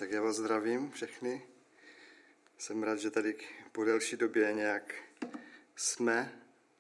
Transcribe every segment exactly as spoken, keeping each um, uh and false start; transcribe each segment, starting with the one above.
Tak já vás zdravím všechny. Jsem rád, že tady po delší době nějak jsme.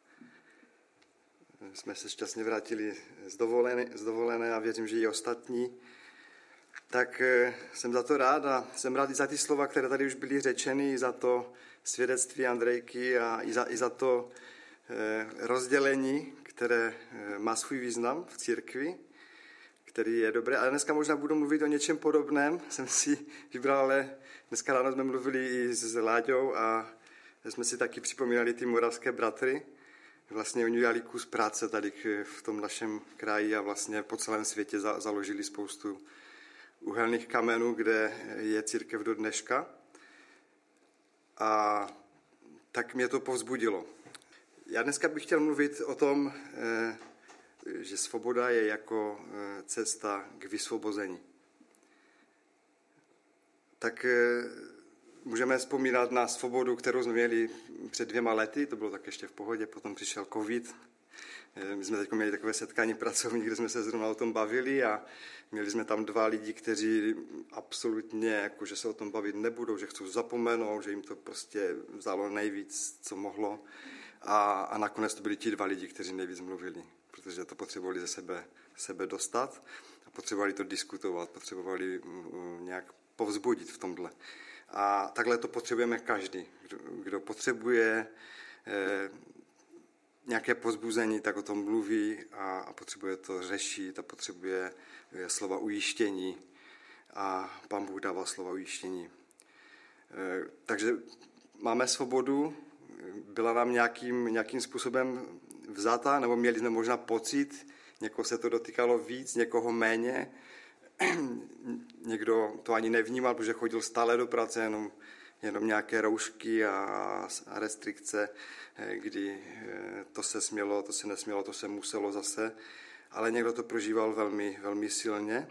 Jsme se šťastně vrátili z dovolené, z dovolené a věřím, že i ostatní. Tak jsem za to rád a jsem rád i za ty slova, které tady už byly řečeny, i za to svědectví Andrejky a i za, i za to rozdělení, které má svůj význam v církvi, který je dobré. Ale dneska možná budu mluvit o něčem podobném. Jsem si vybral, ale dneska ráno jsme mluvili i s Láďou a jsme si taky připomínali ty moravské bratry. Vlastně oni udělali kus práce tady v tom našem kraji a vlastně po celém světě založili spoustu uhelných kamenů, kde je církev do dneška. A tak mě to povzbudilo. Já dneska bych chtěl mluvit o tom, že svoboda je jako cesta k vysvobození. Tak můžeme vzpomínat na svobodu, kterou jsme měli před dvěma lety, to bylo tak ještě v pohodě, potom přišel covid. My jsme teď měli takové setkání pracovní, kde jsme se zrovna o tom bavili a měli jsme tam dva lidi, kteří absolutně jako, že se o tom bavit nebudou, že chcou zapomenout, že jim to prostě vzalo nejvíc, co mohlo. A, a nakonec to byli ti dva lidi, kteří nejvíc mluvili, protože to potřebovali ze sebe, sebe dostat a potřebovali to diskutovat, potřebovali nějak povzbudit v tomhle. A takhle to potřebujeme každý. Kdo, kdo potřebuje eh, nějaké povzbuzení, tak o tom mluví a, a potřebuje to řešit a potřebuje eh, slova ujištění a Pán Bůh dává slova ujištění. Eh, takže máme svobodu, byla nám nějakým, nějakým způsobem vzata, nebo měli jsme možná pocit, někoho se to dotýkalo víc, někoho méně, někdo to ani nevnímal, protože chodil stále do práce, jenom, jenom nějaké roušky a, a restrikce, kdy to se smělo, to se nesmělo, to se muselo zase, ale někdo to prožíval velmi, velmi silně.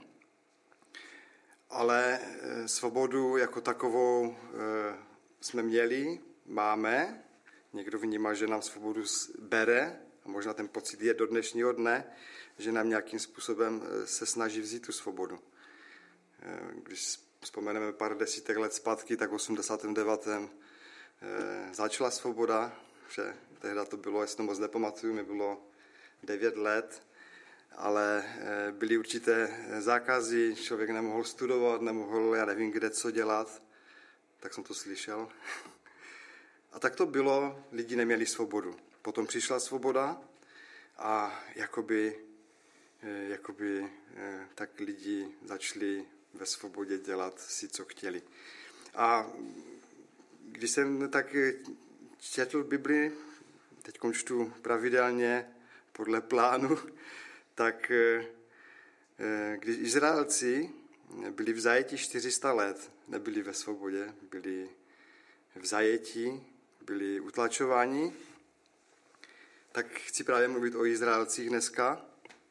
Ale svobodu jako takovou jsme měli, máme, někdo vnímá, že nám svobodu bere a možná ten pocit je do dnešního dne, že nám nějakým způsobem se snaží vzít tu svobodu. Když vzpomeneme pár desítek let zpátky, tak v osmdesátém devátém začala svoboda, že tehdy to bylo, jestli to moc nepamatuju, mi bylo devět let, ale byly určité zákazy, člověk nemohl studovat, nemohl, já nevím, kde co dělat, tak jsem to slyšel. A tak to bylo, lidi neměli svobodu. Potom přišla svoboda a jakoby, jakoby tak lidi začali ve svobodě dělat si, co chtěli. A když jsem tak četl Bibli, teď čtu pravidelně podle plánu, tak když Izraelci byli v zajetí čtyři sta let, nebyli ve svobodě, byli v zajetí, byli utlačováni, tak chci právě mluvit o Izraelcích dneska.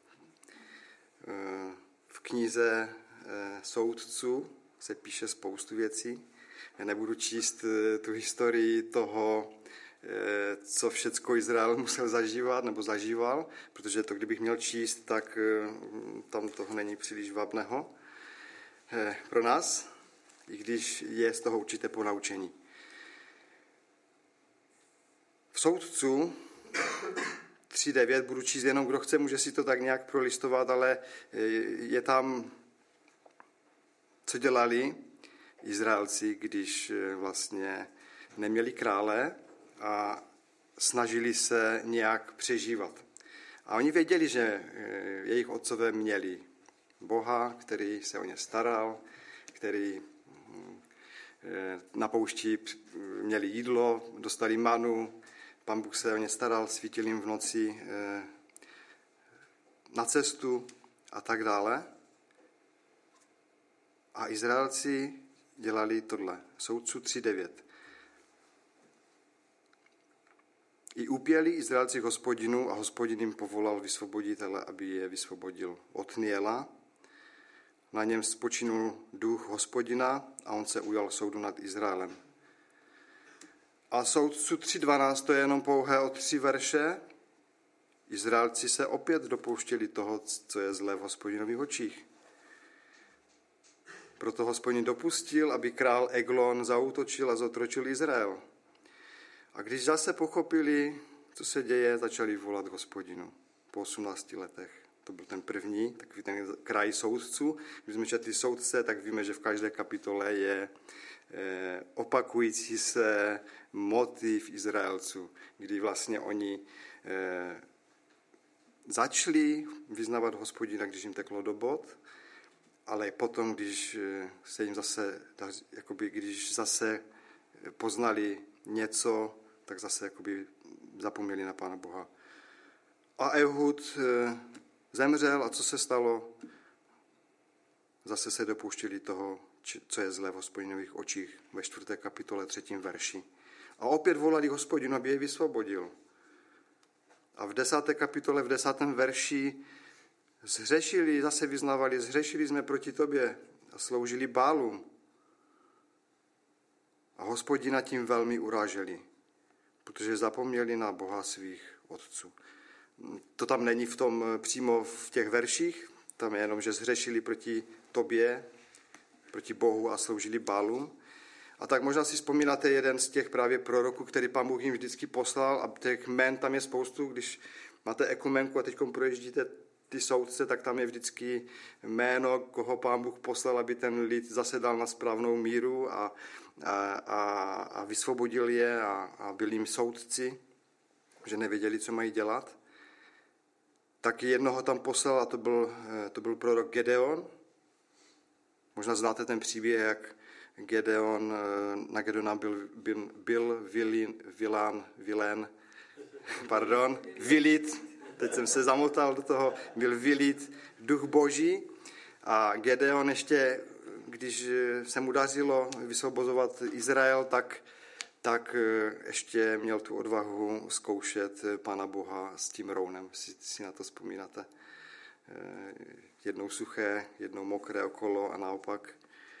V knize Soudců se píše spoustu věcí. Já nebudu číst tu historii toho, co všecko Izrael musel zažívat nebo zažíval, protože to, kdybych měl číst, tak tam toho není příliš vábného pro nás, i když je z toho určité ponaučení. V Soudců tři devět budu číst jenom, kdo chce, může si to tak nějak prolistovat, ale je tam, co dělali Izraelci, když vlastně neměli krále a snažili se nějak přežívat. A oni věděli, že jejich otcové měli Boha, který se o ně staral, který na poušti měli jídlo, dostali manu, Pán Bůh se o ně staral, svítil jim v noci na cestu a tak dále. A Izraelci dělali tohle. Soudců tři devět. I upěli Izraelci Hospodinu a Hospodin jim povolal vysvoboditele, aby je vysvobodil od Niela. Na něm spočinul duch Hospodina a on se ujal soudu nad Izraelem. A Soudců tři dvanáct to je jenom pouhé o tři verše. Izraelci se opět dopouštěli toho, co je zlé v Hospodinových očích. Proto Hospodin dopustil, aby král Eglon zaútočil a zotročil Izrael. A když zase pochopili, co se děje, začali volat Hospodinu po osmnácti letech. To byl ten první, takový ten kraj soudců. Když jsme četli soudce, tak víme, že v každé kapitole je eh, opakující se motiv Izraelců, kdy vlastně oni eh, začali vyznávat Hospodina, když jim teklo do bod, ale potom, když se jim zase, jakoby, když zase poznali něco, tak zase jakoby zapomněli na Pána Boha. A Ehud zemřel a co se stalo? Zase se dopouštěli toho, co je zlé v Hospodinových očích ve čtvrté kapitole třetím verši. A opět volali Hospodinu, aby je vysvobodil. A v desáté kapitole, v desátém verši zhřešili, zase vyznávali, zhřešili jsme proti tobě a sloužili Bálům. A Hospodina tím velmi uráželi, protože zapomněli na Boha svých otců. To tam není v tom přímo v těch verších, tam je jenom, že zhřešili proti tobě, proti Bohu a sloužili Bálům. A tak možná si vzpomínáte jeden z těch právě proroků, který Pán Bůh jim vždycky poslal, a těch jmén tam je spoustu. Když máte ekumenku a teď projíždíte ty soudce, tak tam je vždycky jméno, koho Pán Bůh poslal, aby ten lid zase dal na správnou míru a, a, a, a vysvobodil je a, a byli jim soudci, že nevěděli, co mají dělat. Tak jednoho tam poslal a to byl, to byl prorok Gedeon. Možná znáte ten příběh, jak Gedeon, na Gedeona byl, byl, byl vilin, vilán, vilén, pardon, vylit, teď jsem se zamotal do toho, byl vylit duch Boží a Gedeon ještě, když se mu dařilo vysvobozovat Izrael, tak, tak ještě měl tu odvahu zkoušet Pána Boha s tím rounem, si, si na to vzpomínáte. Jednou suché, jednou mokré okolo a naopak.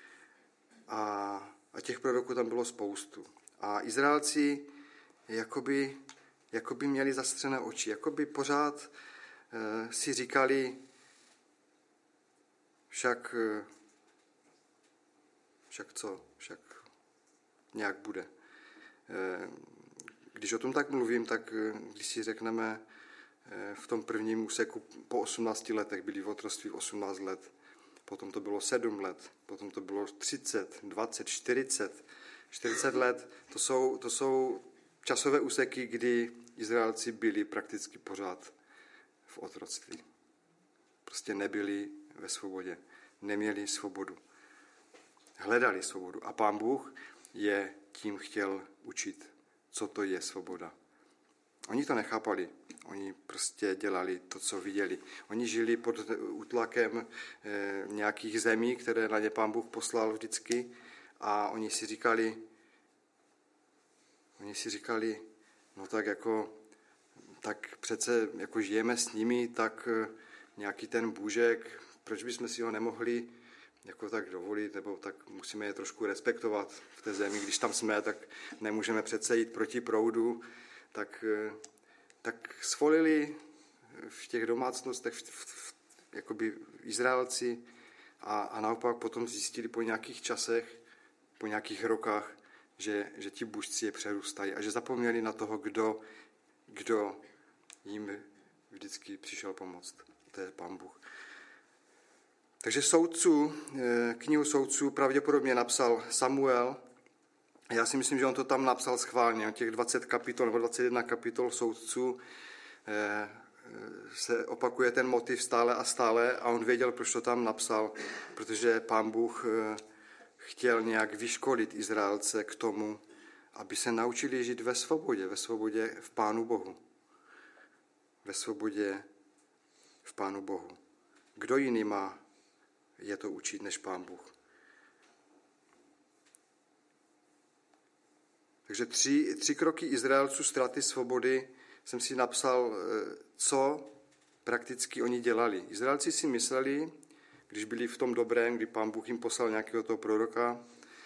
A, a těch proroků tam bylo spoustu. A Izraelci jakoby, jakoby měli zastřené oči, jakoby pořád e, si říkali, však, e, však co, však nějak bude. E, když o tom tak mluvím, tak když si řekneme e, v tom prvním úseku po osmnácti letech, byli v otroctví osmnáct let, potom to bylo sedm let, potom to bylo třicet, dvacet, čtyřicet, čtyřicet let. To jsou, to jsou časové úseky, kdy Izraelci byli prakticky pořád v otroctví. Prostě nebyli ve svobodě, neměli svobodu. Hledali svobodu. A Pán Bůh je tím chtěl učit, co to je svoboda. Oni to nechápali. Oni prostě dělali to, co viděli. Oni žili pod útlakem e, nějakých zemí, které na ně Pán Bůh poslal vždycky, a oni si říkali, oni si říkali, no tak jako, tak přece jako žijeme s nimi, tak nějaký ten bůžek, proč bychom si ho nemohli jako tak dovolit, nebo tak musíme je trošku respektovat v té zemi, když tam jsme, tak nemůžeme přece jít proti proudu, tak tak svolili v těch domácnostech v, v, v, jakoby Izraelci a, a naopak potom zjistili po nějakých časech, po nějakých rokách, že, že ti bůžci je přerůstají a že zapomněli na toho, kdo, kdo jim vždycky přišel pomoct. To je Pán Bůh. Takže soudců, knihu soudců pravděpodobně napsal Samuel. Já si myslím, že on to tam napsal schválně. Těch dvacet kapitol nebo dvacet jedna kapitol soudců se opakuje ten motiv stále a stále a on věděl, proč to tam napsal, protože Pán Bůh chtěl nějak vyškolit Izraelce k tomu, aby se naučili žít ve svobodě, ve svobodě v Pánu Bohu. Ve svobodě v Pánu Bohu. Kdo jiný má je to učit než Pán Bůh? Takže tři, tři kroky Izraelců ztráty svobody jsem si napsal, co prakticky oni dělali. Izraelci si mysleli, když byli v tom dobrém, kdy Pán Bůh jim poslal nějakého toho proroka,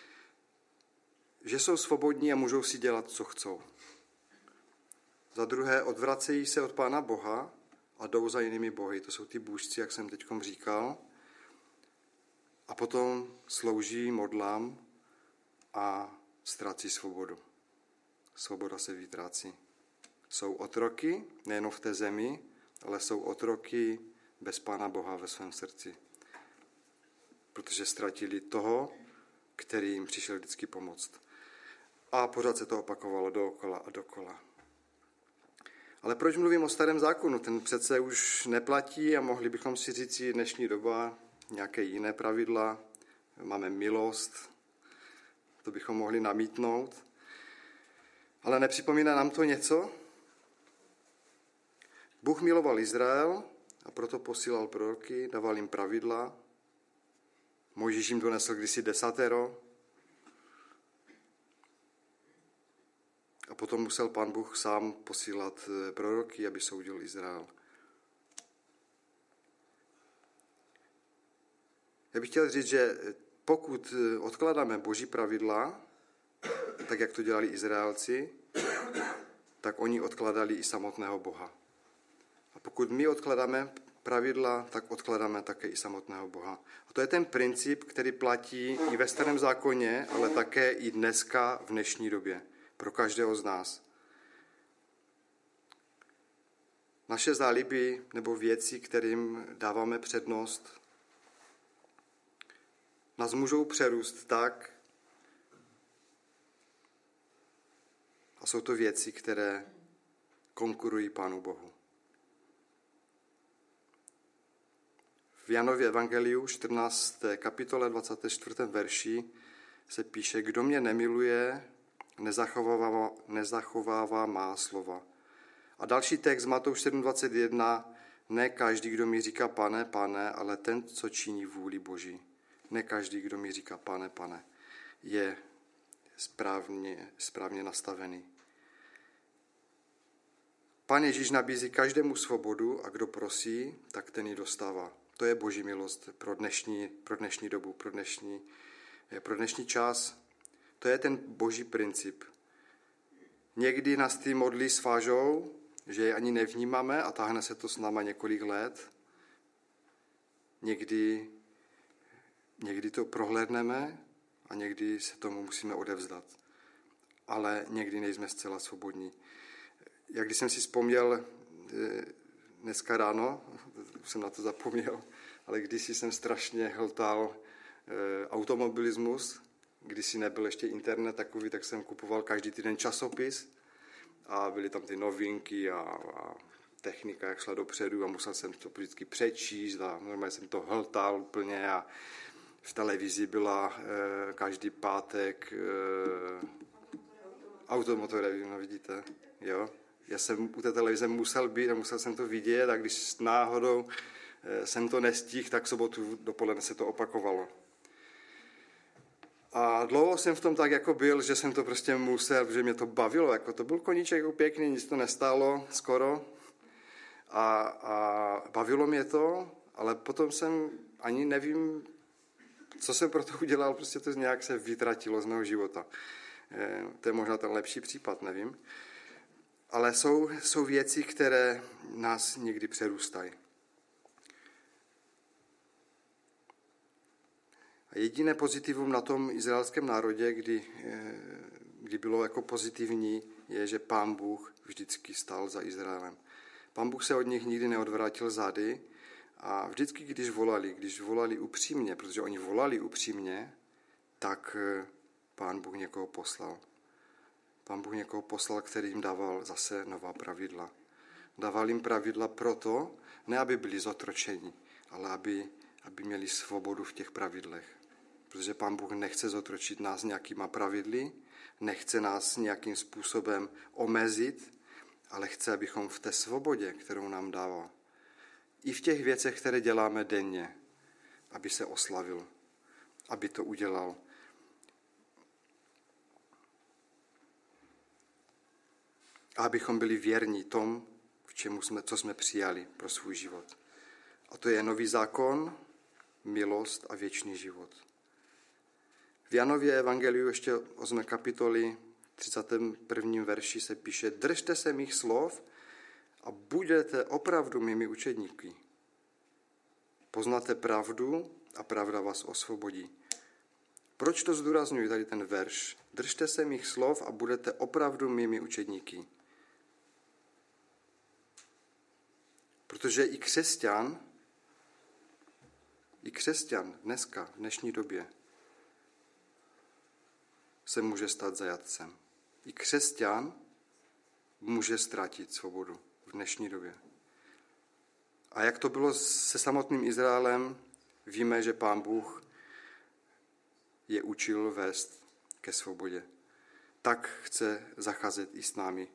že jsou svobodní a můžou si dělat, co chcou. Za druhé, odvracejí se od Pána Boha a jdou za jinými bohy. To jsou ty bůžci, jak jsem teď říkal. a potom slouží modlám a ztrácí svobodu. Svoboda se vytrácí. Jsou otroky, nejen v té zemi, ale jsou otroky bez Pána Boha ve svém srdci. Protože ztratili toho, který jim přišel vždycky pomoct. A pořád se to opakovalo dookola a dokola. Ale proč mluvím o starém zákonu? Ten přece už neplatí a mohli bychom si říct dnešní doba nějaké jiné pravidla. Máme milost, to bychom mohli namítnout. Ale nepřipomíná nám to něco? Bůh miloval Izrael a proto posílal proroky, dával jim pravidla. Mojžíš jim donesl kdysi desatero. A potom musel Pán Bůh sám posílat proroky, aby soudil Izrael. Já bych chtěl říct, že pokud odkládáme Boží pravidla, tak jak to dělali Izraelci, tak oni odkládali i samotného Boha. A pokud my odkládáme pravidla, tak odkládáme také i samotného Boha. A to je ten princip, který platí i ve Starém zákoně, ale také i dneska v dnešní době. Pro každého z nás. Naše záliby nebo věci, kterým dáváme přednost, nás můžou přerůst tak, a jsou to věci, které konkurují Pánu Bohu. V Janově evangeliu čtrnácté kapitole dvacátém čtvrtém verši se píše: kdo mě nemiluje, nezachovává, nezachovává má slova. A další text Matouš sedm dvacet jedna: ne každý, kdo mi říká pane, pane, ale ten, co činí vůli Boží. Ne každý, kdo mi říká pane, pane, je správně, správně nastavený. Pán Ježíš nabízí každému svobodu a kdo prosí, tak ten ji dostává. To je Boží milost pro dnešní, pro dnešní dobu, pro dnešní, pro dnešní čas. To je ten Boží princip. Někdy nás ty modly svážou, že je ani nevnímáme a táhne se to s náma několik let. Někdy, někdy to prohlédneme a někdy se tomu musíme odevzdat. Ale někdy nejsme zcela svobodní. Jak když jsem si vzpomněl dneska ráno, už jsem na to zapomněl, ale když jsem strašně hltal automobilismus, když si nebyl ještě internet takový, tak jsem kupoval každý týden časopis a byly tam ty novinky a, a technika, jak šla dopředu a musel jsem to vždycky přečíst a normálně jsem to hltal úplně a v televizi byla e, každý pátek e, automotor, no vidíte, jo. Já jsem u té televize musel být a musel jsem to vidět a když náhodou e, jsem to nestihl, tak sobotu dopoledne se to opakovalo. A dlouho jsem v tom tak jako byl, že jsem to prostě musel, že mě to bavilo, jako to byl koníček pěkný, nic to nestálo skoro a, a bavilo mě to, ale potom jsem ani nevím, co jsem pro to udělal, prostě to nějak se vytratilo z mého života. E, to je možná ten lepší případ, nevím. Ale jsou, jsou věci, které nás někdy přerůstají. A jediné pozitivum na tom izraelském národě, kdy, kdy bylo jako pozitivní, je, že Pán Bůh vždycky stál za Izraelem. Pán Bůh se od nich nikdy neodvrátil zády a vždycky, když volali, když volali upřímně, protože oni volali upřímně, tak Pán Bůh někoho poslal. Pán Bůh někoho poslal, který jim dával zase nová pravidla. Dával jim pravidla proto, ne aby byli zotročeni, ale aby, aby měli svobodu v těch pravidlech. Protože Pán Bůh nechce zotročit nás nějakýma pravidly, nechce nás nějakým způsobem omezit, ale chce, abychom v té svobodě, kterou nám dává, i v těch věcech, které děláme denně, aby se oslavil, aby to udělal. A abychom byli věrní tom, v čemu jsme, co jsme přijali pro svůj život. A to je nový zákon, milost a věčný život. V Janově evangeliu ještě osmé kapitoly třicátém prvním verši se píše: držte se mých slov a budete opravdu mými učedníky. Poznáte pravdu a pravda vás osvobodí. Proč to zdůrazňuji tady ten verš? Držte se mých slov a budete opravdu mými učedníky. Protože i křesťan, i křesťan dneska, v dnešní době, se může stát zajatcem. I křesťan může ztratit svobodu v dnešní době. A jak to bylo se samotným Izraelem, víme, že Pán Bůh je učil vést ke svobodě. Tak chce zacházet i s námi.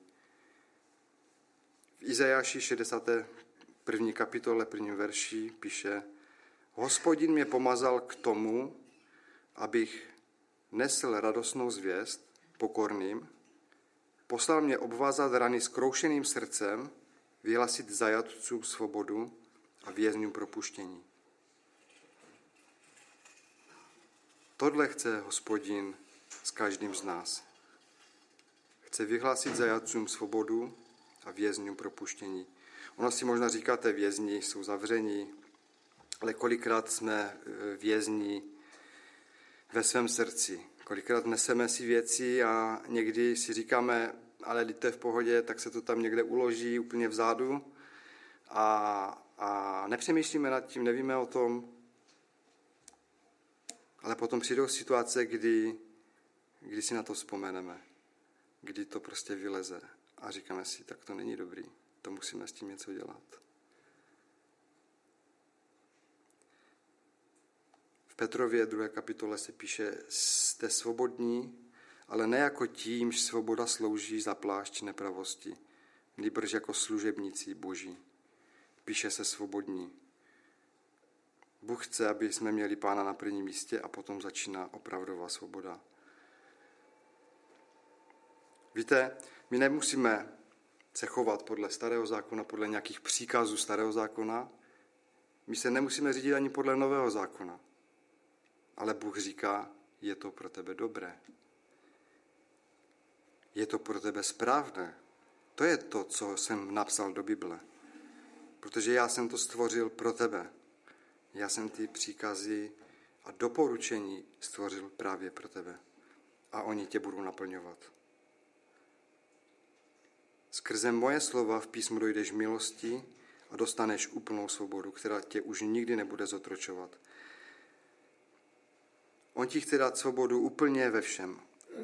V Izajáši šedesáté první kapitole, prvním verši píše: Hospodin mě pomazal k tomu, abych nesl radostnou zvěst pokorným, poslal mě obvázat rany zkroušeným srdcem, vyhlasit zajatcům svobodu a vězňům propuštění. Tohle chce Hospodin s každým z nás. Chce vyhlásit zajatcům svobodu a vězňům propuštění. Ono si možná říkáte, vězni jsou zavření, ale kolikrát jsme vězni ve svém srdci. Kolikrát neseme si věci a někdy si říkáme, ale když to je v pohodě, tak se to tam někde uloží úplně vzadu a, a nepřemýšlíme nad tím, nevíme o tom, ale potom přijdou situace, kdy, kdy si na to vzpomeneme, kdy to prostě vyleze a říkáme si, tak to není dobrý, to musíme s tím něco dělat. V Petrově druhé kapitole se píše, jste svobodní, ale ne jako tímž svoboda slouží za plášť nepravosti, nýbrž jako služebníci Boží. Píše se svobodní. Bůh chce, aby jsme měli Pána na prvním místě a potom začíná opravdová svoboda. Víte, my nemusíme se chovat podle starého zákona, podle nějakých příkazů starého zákona. My se nemusíme řídit ani podle nového zákona. Ale Bůh říká, je to pro tebe dobré. Je to pro tebe správné. To je to, co jsem napsal do Bible. Protože já jsem to stvořil pro tebe. Já jsem ty příkazy a doporučení stvořil právě pro tebe. A oni tě budou naplňovat. Skrze moje slova v písmu dojdeš milosti a dostaneš úplnou svobodu, která tě už nikdy nebude zotročovat. On ti chce dát svobodu úplně ve všem.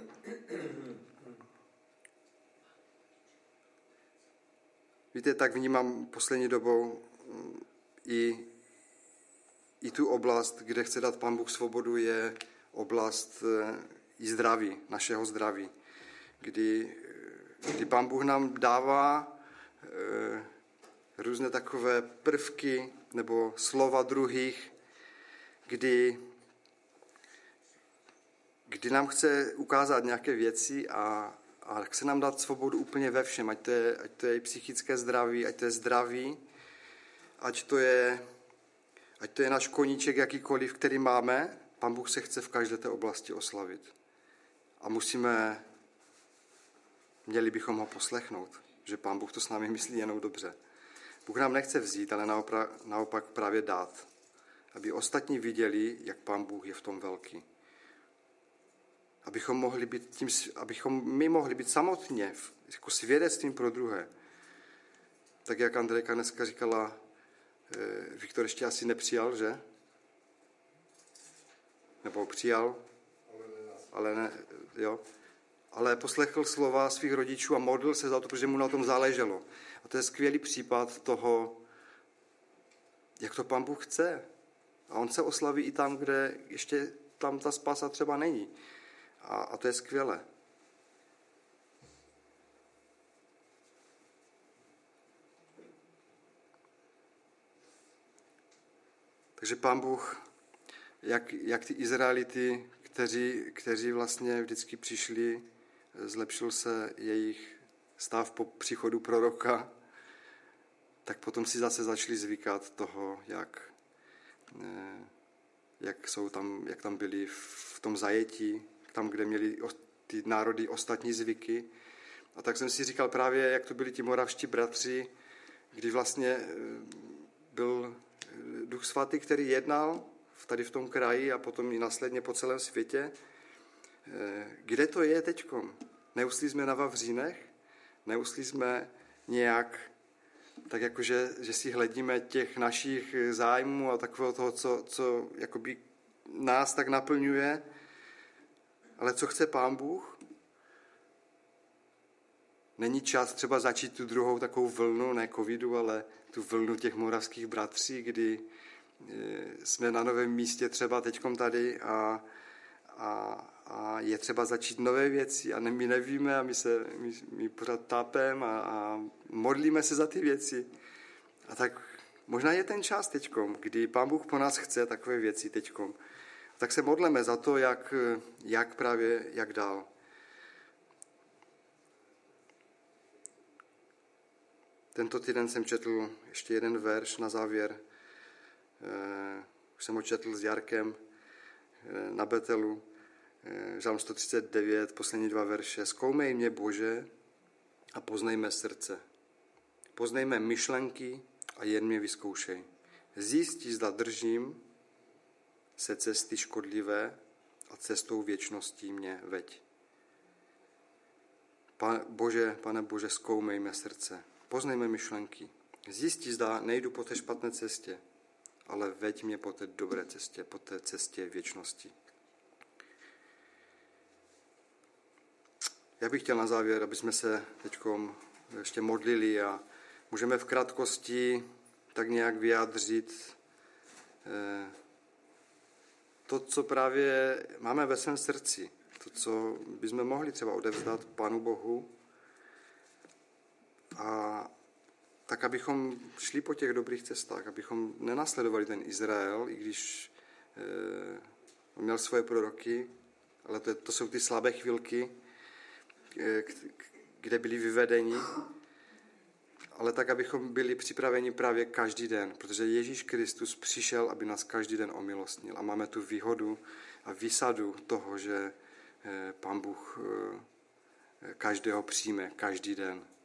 Víte, tak vnímám poslední dobou i, i tu oblast, kde chce dát Pán Bůh svobodu, je oblast i zdraví, našeho zdraví. Kdy, kdy Pán Bůh nám dává e, různé takové prvky nebo slova druhých, kdy kdy nám chce ukázat nějaké věci a, a chce nám dát svobodu úplně ve všem, ať to je, ať to je psychické zdraví, ať to je zdraví, ať to je, ať to je náš koníček jakýkoliv, který máme, Pán Bůh se chce v každé té oblasti oslavit. A musíme, měli bychom ho poslechnout, že Pán Bůh to s námi myslí jenom dobře. Bůh nám nechce vzít, ale naopak, naopak právě dát, aby ostatní viděli, jak Pán Bůh je v tom velký. Abychom, mohli být tím, abychom my mohli být samotně jako svědectvím pro druhé. Tak jak Andrejka dneska říkala, eh, Viktor ještě asi nepřijal, že? Nebo přijal, ale ne, jo. Ale poslechl slova svých rodičů a modlil se za to, protože mu na tom záleželo. A to je skvělý případ toho, jak to Pán Bůh chce. A on se oslaví i tam, kde ještě tam ta spása třeba není. A, a to je skvělé. Takže Pán Bůh, jak, jak ty Izraelity, kteří, kteří vlastně vždycky přišli, zlepšil se jejich stav po příchodu proroka, tak potom si zase začali zvykat toho, jak, jak, jsou tam, jak tam byli v tom zajetí, tam, kde měli ty národy ostatní zvyky. A tak jsem si říkal právě, jak to byli ti moravští bratři, kdy vlastně byl Duch Svatý, který jednal tady v tom kraji a potom i následně po celém světě. Kde to je teďkom? Neuslí jsme na Vavřínech? Neuslí jsme nějak, tak jakože, že si hledíme těch našich zájmů a takového toho, co, co jakoby nás tak naplňuje? Ale co chce Pán Bůh? Není čas třeba začít tu druhou takovou vlnu, ne covidu, ale tu vlnu těch moravských bratří, kdy jsme na novém místě třeba teďkom tady a, a, a je třeba začít nové věci a ne, my nevíme a my, se, my, my pořád tápeme a, a modlíme se za ty věci. A tak možná je ten čas teďkom, kdy Pán Bůh po nás chce takové věci teďkom. A tak se modleme za to, jak, jak právě, jak dál. Tento týden jsem četl ještě jeden verš na závěr. Už jsem ho četl s Jarkem na Betelu. Žalm sto třicet devět, poslední dva verše. Zkoumej mě, Bože, a poznej mé srdce. Poznej mé myšlenky a jen mě vyzkoušej. Zjistí, zda držím se cesty škodlivé a cestou věčností mě veď. Pane Bože, Pane Bože, zkoumej mé srdce. Poznej mé myšlenky. Zjistí, zda nejdu po té špatné cestě, ale veď mě po té dobré cestě, po té cestě věčnosti. Já bych chtěl na závěr, aby jsme se teď ještě modlili a můžeme v krátkosti tak nějak vyjádřit to, co právě máme ve svém srdci, to, co bychom mohli třeba odevzdat Pánu Bohu, a tak, abychom šli po těch dobrých cestách, abychom nenasledovali ten Izrael, i když eh, on měl svoje proroky, ale to, to jsou ty slabé chvilky, eh, kde byli vyvedeni, ale tak, abychom byli připraveni právě každý den, protože Ježíš Kristus přišel, aby nás každý den omilostnil a máme tu výhodu a výsadu toho, že eh, Pán Bůh eh, každého přijme, každý den.